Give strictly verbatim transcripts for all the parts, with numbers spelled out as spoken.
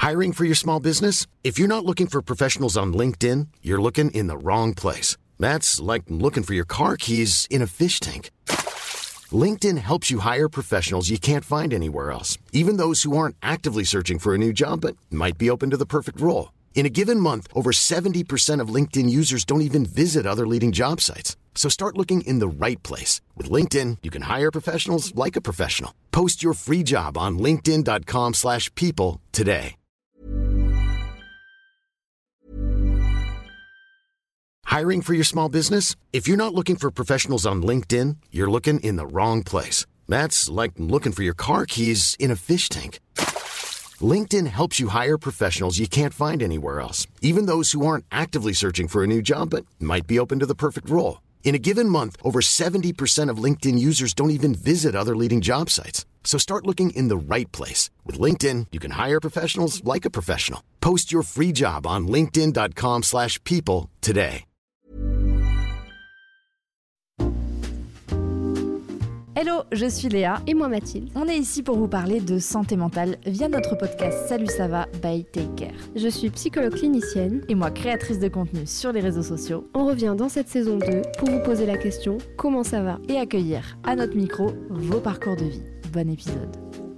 Hiring for your small business? If you're not looking for professionals on LinkedIn, you're looking in the wrong place. That's like looking for your car keys in a fish tank. LinkedIn helps you hire professionals you can't find anywhere else, even those who aren't actively searching for a new job but might be open to the perfect role. In a given month, over seventy percent of LinkedIn users don't even visit other leading job sites. So start looking in the right place. With LinkedIn, you can hire professionals like a professional. Post your free job on linkedin.com slash people today. Hiring for your small business? If you're not looking for professionals on LinkedIn, you're looking in the wrong place. That's like looking for your car keys in a fish tank. LinkedIn helps you hire professionals you can't find anywhere else, even those who aren't actively searching for a new job but might be open to the perfect role. In a given month, over seventy percent of LinkedIn users don't even visit other leading job sites. So start looking in the right place. With LinkedIn, you can hire professionals like a professional. Post your free job on linkedin.com slash people today. Hello, je suis Léa. Et moi Mathilde. On est ici pour vous parler de santé mentale via notre podcast Salut ça va by Take Care. Je suis psychologue clinicienne. Et moi créatrice de contenu sur les réseaux sociaux. On revient dans cette saison deux pour vous poser la question « Comment ça va ?» et accueillir à notre micro vos parcours de vie. Bon épisode.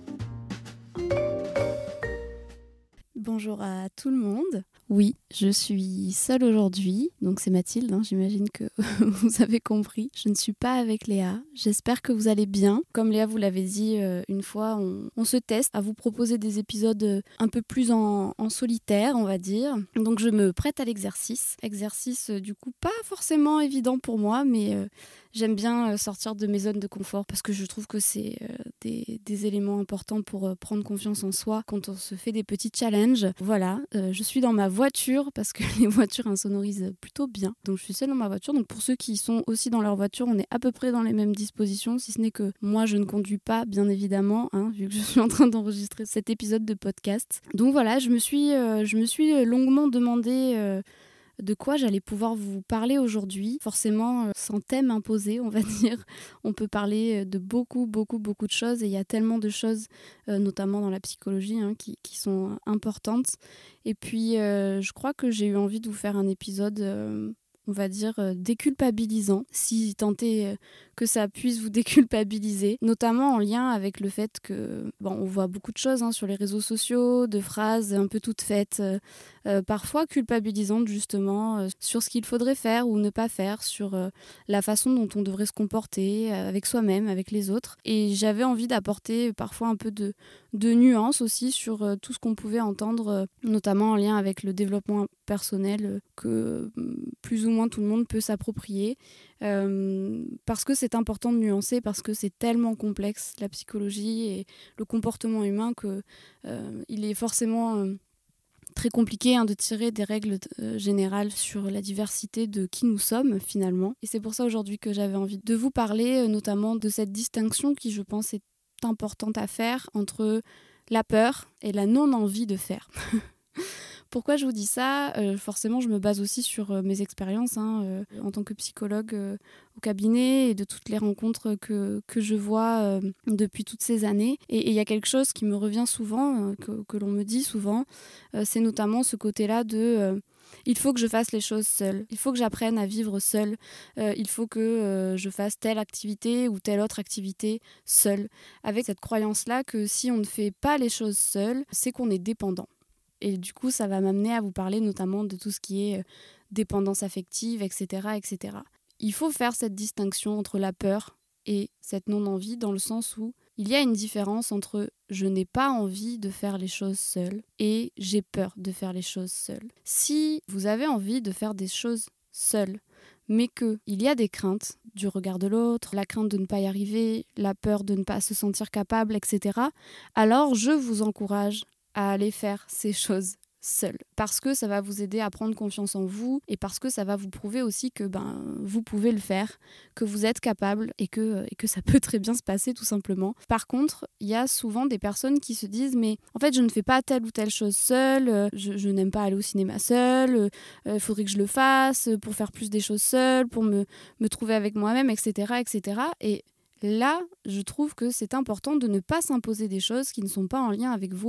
Bonjour à tout le monde. Oui, je suis seule aujourd'hui, donc c'est Mathilde, hein, j'imagine que vous avez compris. Je ne suis pas avec Léa, j'espère que vous allez bien. Comme Léa vous l'avait dit euh, une fois, on, on se teste à vous proposer des épisodes un peu plus en, en solitaire, on va dire. Donc je me prête à l'exercice. Exercice euh, du coup pas forcément évident pour moi, mais euh, j'aime bien euh, sortir de mes zones de confort parce que je trouve que c'est euh, des, des éléments importants pour euh, prendre confiance en soi quand on se fait des petits challenges. Voilà, euh, je suis dans ma voiture parce que les voitures insonorisent plutôt bien. Donc je suis seule dans ma voiture. Donc pour ceux qui sont aussi dans leur voiture, on est à peu près dans les mêmes dispositions, si ce n'est que moi je ne conduis pas, bien évidemment, hein, vu que je suis en train d'enregistrer cet épisode de podcast. Donc voilà, je me suis, euh, je me suis longuement demandé euh, de quoi j'allais pouvoir vous parler aujourd'hui. Forcément, euh, sans thème imposé, on va dire. On peut parler de beaucoup, beaucoup, beaucoup de choses et il y a tellement de choses, euh, notamment dans la psychologie, hein, qui, qui sont importantes. Et puis, euh, je crois que j'ai eu envie de vous faire un épisode, euh, on va dire, euh, déculpabilisant, si tant est euh, que ça puisse vous déculpabiliser, notamment en lien avec le fait que, bon, on voit beaucoup de choses hein, sur les réseaux sociaux, de phrases un peu toutes faites, euh, euh, parfois culpabilisantes justement, euh, sur ce qu'il faudrait faire ou ne pas faire, sur euh, la façon dont on devrait se comporter euh, avec soi-même, avec les autres. Et j'avais envie d'apporter parfois un peu de, de nuances aussi sur euh, tout ce qu'on pouvait entendre, euh, notamment en lien avec le développement personnel euh, que euh, plus ou moins tout le monde peut s'approprier. Euh, parce que c'est important de nuancer, parce que c'est tellement complexe la psychologie et le comportement humain que euh, il est forcément euh, très compliqué hein, de tirer des règles euh, générales sur la diversité de qui nous sommes finalement. Et c'est pour ça aujourd'hui que j'avais envie de vous parler euh, notamment de cette distinction qui je pense est importante à faire entre la peur et la non-envie de faire. Pourquoi je vous dis ça ? euh, Forcément, je me base aussi sur euh, mes expériences hein, euh, en tant que psychologue euh, au cabinet et de toutes les rencontres que, que je vois euh, depuis toutes ces années. Et il y a quelque chose qui me revient souvent, euh, que, que l'on me dit souvent, euh, c'est notamment ce côté-là de euh, « il faut que je fasse les choses seule, il faut que j'apprenne à vivre seule, euh, il faut que euh, je fasse telle activité ou telle autre activité seule ». Avec cette croyance-là que si on ne fait pas les choses seul, c'est qu'on est dépendant. Et du coup, ça va m'amener à vous parler notamment de tout ce qui est dépendance affective, et cetera, et cetera. Il faut faire cette distinction entre la peur et cette non-envie dans le sens où il y a une différence entre je n'ai pas envie de faire les choses seule et j'ai peur de faire les choses seule. Si vous avez envie de faire des choses seule, mais qu'il y a des craintes du regard de l'autre, la crainte de ne pas y arriver, la peur de ne pas se sentir capable, et cetera, alors je vous encourage à aller faire ces choses seul, parce que ça va vous aider à prendre confiance en vous et parce que ça va vous prouver aussi que ben, vous pouvez le faire, que vous êtes capable et que, et que ça peut très bien se passer tout simplement. Par contre, il y a souvent des personnes qui se disent mais en fait je ne fais pas telle ou telle chose seule, je, je n'aime pas aller au cinéma seule, il euh, faudrait que je le fasse pour faire plus des choses seule, pour me, me trouver avec moi-même, et cetera, et cetera. Et là, je trouve que c'est important de ne pas s'imposer des choses qui ne sont pas en lien avec vos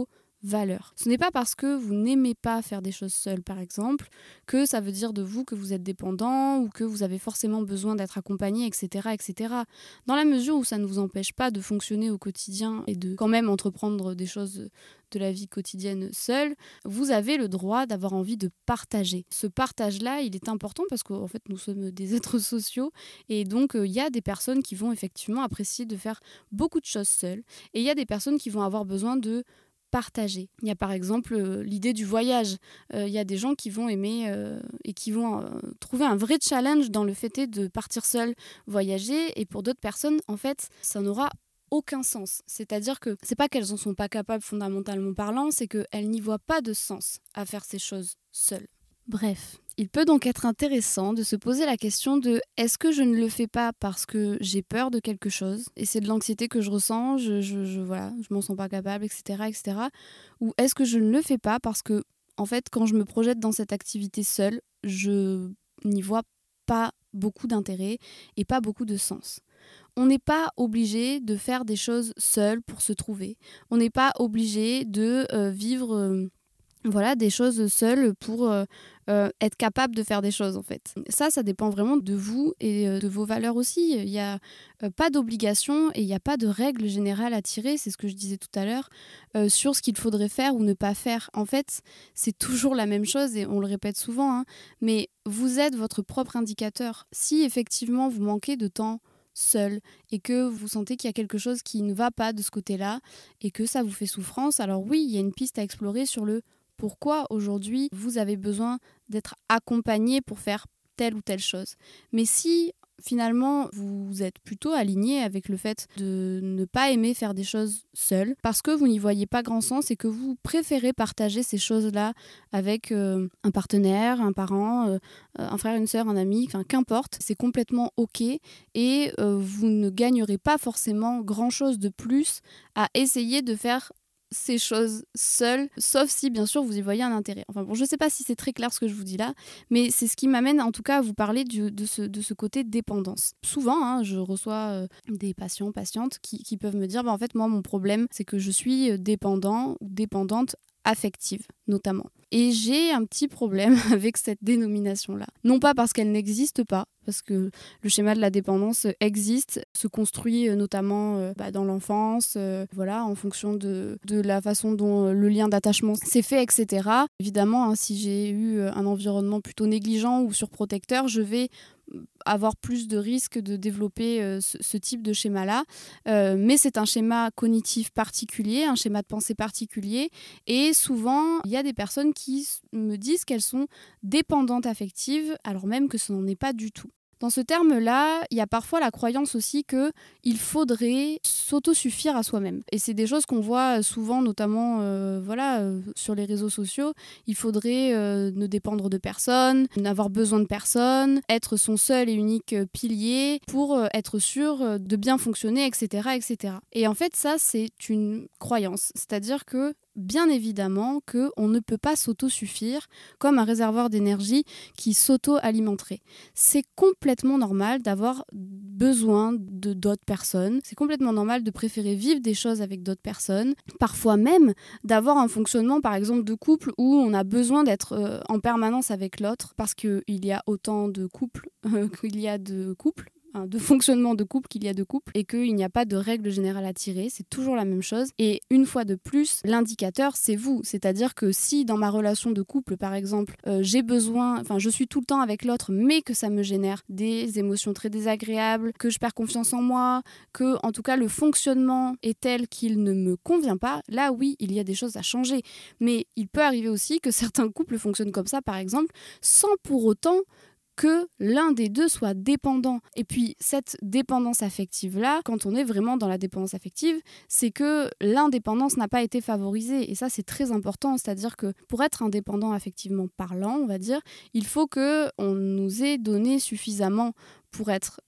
valeur. Ce n'est pas parce que vous n'aimez pas faire des choses seul, par exemple, que ça veut dire de vous que vous êtes dépendant ou que vous avez forcément besoin d'être accompagné, et cetera, et cetera. Dans la mesure où ça ne vous empêche pas de fonctionner au quotidien et de quand même entreprendre des choses de la vie quotidienne seul, vous avez le droit d'avoir envie de partager. Ce partage-là, il est important parce qu'en fait, nous sommes des êtres sociaux et donc il euh, y a des personnes qui vont effectivement apprécier de faire beaucoup de choses seules et il y a des personnes qui vont avoir besoin de partager. Il y a par exemple euh, l'idée du voyage. Il euh, y a des gens qui vont aimer euh, et qui vont euh, trouver un vrai challenge dans le fait de partir seul voyager et pour d'autres personnes, en fait, ça n'aura aucun sens. C'est-à-dire que c'est pas qu'elles en sont pas capables fondamentalement parlant, c'est qu'elles n'y voient pas de sens à faire ces choses seules. Bref, il peut donc être intéressant de se poser la question de est-ce que je ne le fais pas parce que j'ai peur de quelque chose et c'est de l'anxiété que je ressens, je, je, je, voilà, je m'en sens pas capable, et cetera, et cetera. Ou est-ce que je ne le fais pas parce que, en fait, quand je me projette dans cette activité seule, je n'y vois pas beaucoup d'intérêt et pas beaucoup de sens. On n'est pas obligé de faire des choses seul pour se trouver. On n'est pas obligé de euh, vivre euh, voilà, des choses seul pour euh, euh, être capable de faire des choses en fait. Ça, ça dépend vraiment de vous et euh, de vos valeurs aussi. Il n'y a euh, pas d'obligation et il n'y a pas de règle générale à tirer, c'est ce que je disais tout à l'heure, euh, sur ce qu'il faudrait faire ou ne pas faire. En fait, c'est toujours la même chose et on le répète souvent, hein, mais vous êtes votre propre indicateur. Si effectivement vous manquez de temps seul et que vous sentez qu'il y a quelque chose qui ne va pas de ce côté-là et que ça vous fait souffrance, alors oui, il y a une piste à explorer sur le pourquoi aujourd'hui vous avez besoin d'être accompagné pour faire telle ou telle chose. Mais si finalement vous êtes plutôt aligné avec le fait de ne pas aimer faire des choses seul parce que vous n'y voyez pas grand sens et que vous préférez partager ces choses-là avec euh, un partenaire, un parent, euh, un frère, une sœur, un ami, enfin qu'importe, c'est complètement ok et euh, vous ne gagnerez pas forcément grand-chose de plus à essayer de faire ces choses seules, sauf si bien sûr vous y voyez un intérêt. Enfin bon, je ne sais pas si c'est très clair ce que je vous dis là, mais c'est ce qui m'amène en tout cas à vous parler du, de, ce, de ce côté dépendance. Souvent, hein, je reçois euh, des patients, patientes qui, qui peuvent me dire bah, en fait moi mon problème c'est que je suis dépendant ou dépendante affective notamment. Et j'ai un petit problème avec cette dénomination-là. Non pas parce qu'elle n'existe pas, parce que le schéma de la dépendance existe, se construit notamment euh, bah, dans l'enfance, euh, voilà, en fonction de, de la façon dont le lien d'attachement s'est fait, et cetera. Évidemment, hein, si j'ai eu un environnement plutôt négligent ou surprotecteur, je vais avoir plus de risques de développer euh, ce, ce type de schéma-là. Euh, mais c'est un schéma cognitif particulier, un schéma de pensée particulier. Et souvent, il y a des personnes qui me disent qu'elles sont dépendantes affectives, alors même que ce n'en est pas du tout. Dans ce terme-là, il y a parfois la croyance aussi qu'il faudrait s'autosuffire à soi-même. Et c'est des choses qu'on voit souvent, notamment euh, voilà, euh, sur les réseaux sociaux. Il faudrait euh, ne dépendre de personne, n'avoir besoin de personne, être son seul et unique pilier pour euh, être sûr de bien fonctionner, et cetera, et cetera. Et en fait, ça, c'est une croyance. C'est-à-dire que bien évidemment qu'on ne peut pas s'autosuffire comme un réservoir d'énergie qui s'auto-alimenterait. C'est complètement normal d'avoir besoin de d'autres personnes. C'est complètement normal de préférer vivre des choses avec d'autres personnes. Parfois même d'avoir un fonctionnement, par exemple, de couple où on a besoin d'être euh, en permanence avec l'autre parce qu'il y a autant de couples euh, qu'il y a de couples. de fonctionnement de couple qu'il y a de couple et qu'il n'y a pas de règle générale à tirer, c'est toujours la même chose. Et une fois de plus, l'indicateur, c'est vous. C'est-à-dire que si dans ma relation de couple, par exemple, euh, j'ai besoin, enfin je suis tout le temps avec l'autre, mais que ça me génère des émotions très désagréables, que je perds confiance en moi, que en tout cas le fonctionnement est tel qu'il ne me convient pas, là oui, il y a des choses à changer. Mais il peut arriver aussi que certains couples fonctionnent comme ça, par exemple, sans pour autant que l'un des deux soit dépendant. Et puis cette dépendance affective-là, quand on est vraiment dans la dépendance affective, c'est que l'indépendance n'a pas été favorisée. Et ça, c'est très important. C'est-à-dire que pour être indépendant affectivement parlant, on va dire, il faut qu'on nous ait donné suffisamment pour être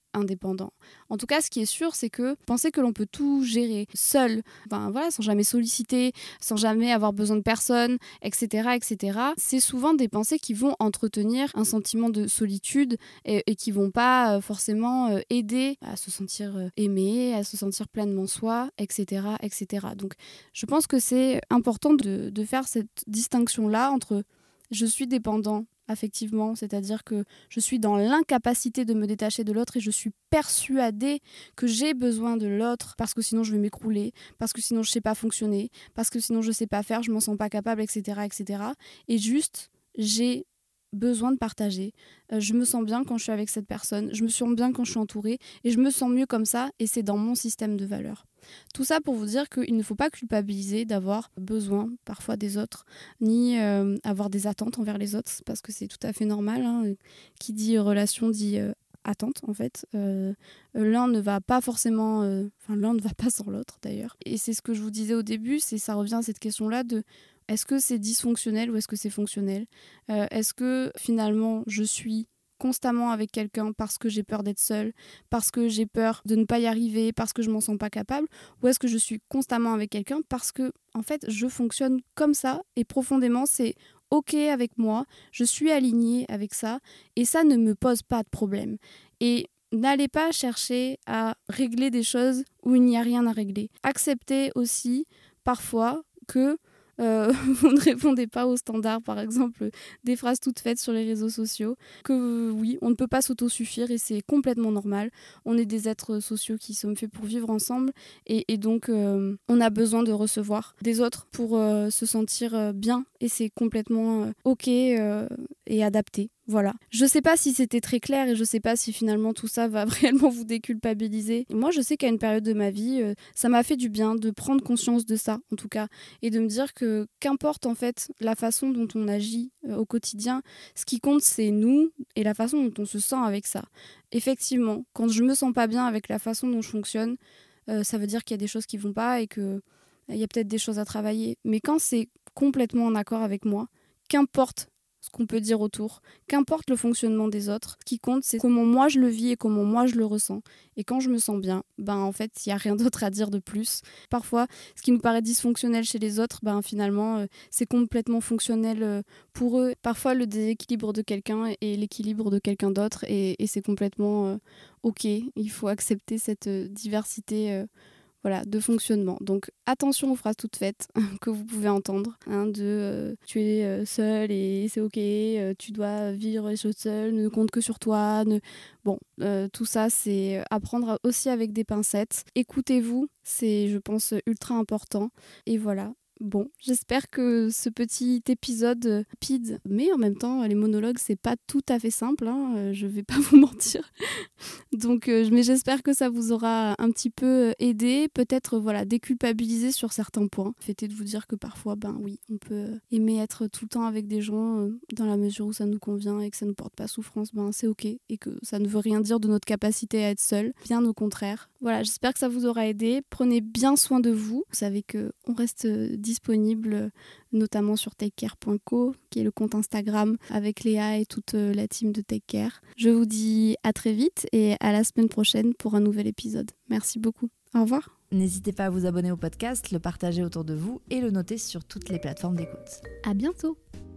indépendant. En tout cas, ce qui est sûr, c'est que penser que l'on peut tout gérer seul, ben voilà, sans jamais solliciter, sans jamais avoir besoin de personne, et cetera, et cetera, c'est souvent des pensées qui vont entretenir un sentiment de solitude et, et qui vont pas euh, forcément euh, aider à se sentir euh, aimé, à se sentir pleinement soi, et cetera, et cetera. Donc, je pense que c'est important de, de faire cette distinction-là entre je suis dépendant affectivement, c'est-à-dire que je suis dans l'incapacité de me détacher de l'autre et je suis persuadée que j'ai besoin de l'autre parce que sinon je vais m'écrouler, parce que sinon je sais pas fonctionner, parce que sinon je sais pas faire, je m'en sens pas capable, et cetera, et cetera. Et juste, j'ai besoin de partager. Euh, je me sens bien quand je suis avec cette personne, je me sens bien quand je suis entourée et je me sens mieux comme ça et c'est dans mon système de valeurs. Tout ça pour vous dire qu'il ne faut pas culpabiliser d'avoir besoin parfois des autres, ni euh, avoir des attentes envers les autres, parce que c'est tout à fait normal. Hein. Qui dit relation dit euh, attente en fait. Euh, l'un ne va pas forcément... Enfin, euh, l'un ne va pas sans l'autre d'ailleurs. Et c'est ce que je vous disais au début, c'est ça revient à cette question-là de est-ce que c'est dysfonctionnel ou est-ce que c'est fonctionnel ? euh, Est-ce que finalement je suis constamment avec quelqu'un parce que j'ai peur d'être seule, parce que j'ai peur de ne pas y arriver, parce que je m'en sens pas capable, ou est-ce que je suis constamment avec quelqu'un parce que en fait je fonctionne comme ça et profondément c'est ok avec moi, je suis alignée avec ça et ça ne me pose pas de problème. Et n'allez pas chercher à régler des choses où il n'y a rien à régler. Acceptez aussi parfois que Euh, vous ne répondez pas aux standards, par exemple, des phrases toutes faites sur les réseaux sociaux, que euh, oui, on ne peut pas s'autosuffire et c'est complètement normal. On est des êtres sociaux qui sommes faits pour vivre ensemble et, et donc euh, on a besoin de recevoir des autres pour euh, se sentir euh, bien et c'est complètement euh, ok euh, et adapté. Voilà. Je sais pas si c'était très clair et je sais pas si finalement tout ça va réellement vous déculpabiliser. Et moi, je sais qu'à une période de ma vie, euh, ça m'a fait du bien de prendre conscience de ça, en tout cas, et de me dire que qu'importe en fait la façon dont on agit euh, au quotidien, ce qui compte c'est nous et la façon dont on se sent avec ça. Effectivement, quand je me sens pas bien avec la façon dont je fonctionne, euh, ça veut dire qu'il y a des choses qui vont pas et que il y a peut-être des choses à travailler. Mais quand c'est complètement en accord avec moi, qu'importe ce qu'on peut dire autour, qu'importe le fonctionnement des autres, ce qui compte c'est comment moi je le vis et comment moi je le ressens. Et quand je me sens bien, ben en fait il n'y a rien d'autre à dire de plus. Parfois ce qui nous paraît dysfonctionnel chez les autres, ben finalement euh, c'est complètement fonctionnel euh, pour eux. Parfois le déséquilibre de quelqu'un est l'équilibre de quelqu'un d'autre et, et c'est complètement euh, ok. Il faut accepter cette euh, diversité euh, Voilà, de fonctionnement. Donc attention aux phrases toutes faites que vous pouvez entendre, hein, de euh, tu es euh, seul et c'est ok, euh, tu dois vivre les choses seul, ne compte que sur toi. Ne... Bon, euh, tout ça c'est apprendre aussi avec des pincettes. Écoutez-vous, c'est je pense ultra important. Et voilà. Bon, j'espère que ce petit épisode rapide, mais en même temps, les monologues, c'est pas tout à fait simple, hein, je vais pas vous mentir. Donc, euh, mais j'espère que ça vous aura un petit peu aidé, peut-être voilà, déculpabiliser sur certains points. Faites de vous dire que parfois, ben oui, on peut aimer être tout le temps avec des gens euh, dans la mesure où ça nous convient et que ça ne porte pas souffrance, ben c'est ok. Et que ça ne veut rien dire de notre capacité à être seul, bien au contraire. Voilà, j'espère que ça vous aura aidé. Prenez bien soin de vous. Vous savez qu'on reste disponible notamment sur takecare point co, qui est le compte Instagram avec Léa et toute la team de Take Care. Je vous dis à très vite et à la semaine prochaine pour un nouvel épisode. Merci beaucoup. Au revoir. N'hésitez pas à vous abonner au podcast, le partager autour de vous et le noter sur toutes les plateformes d'écoute. À bientôt.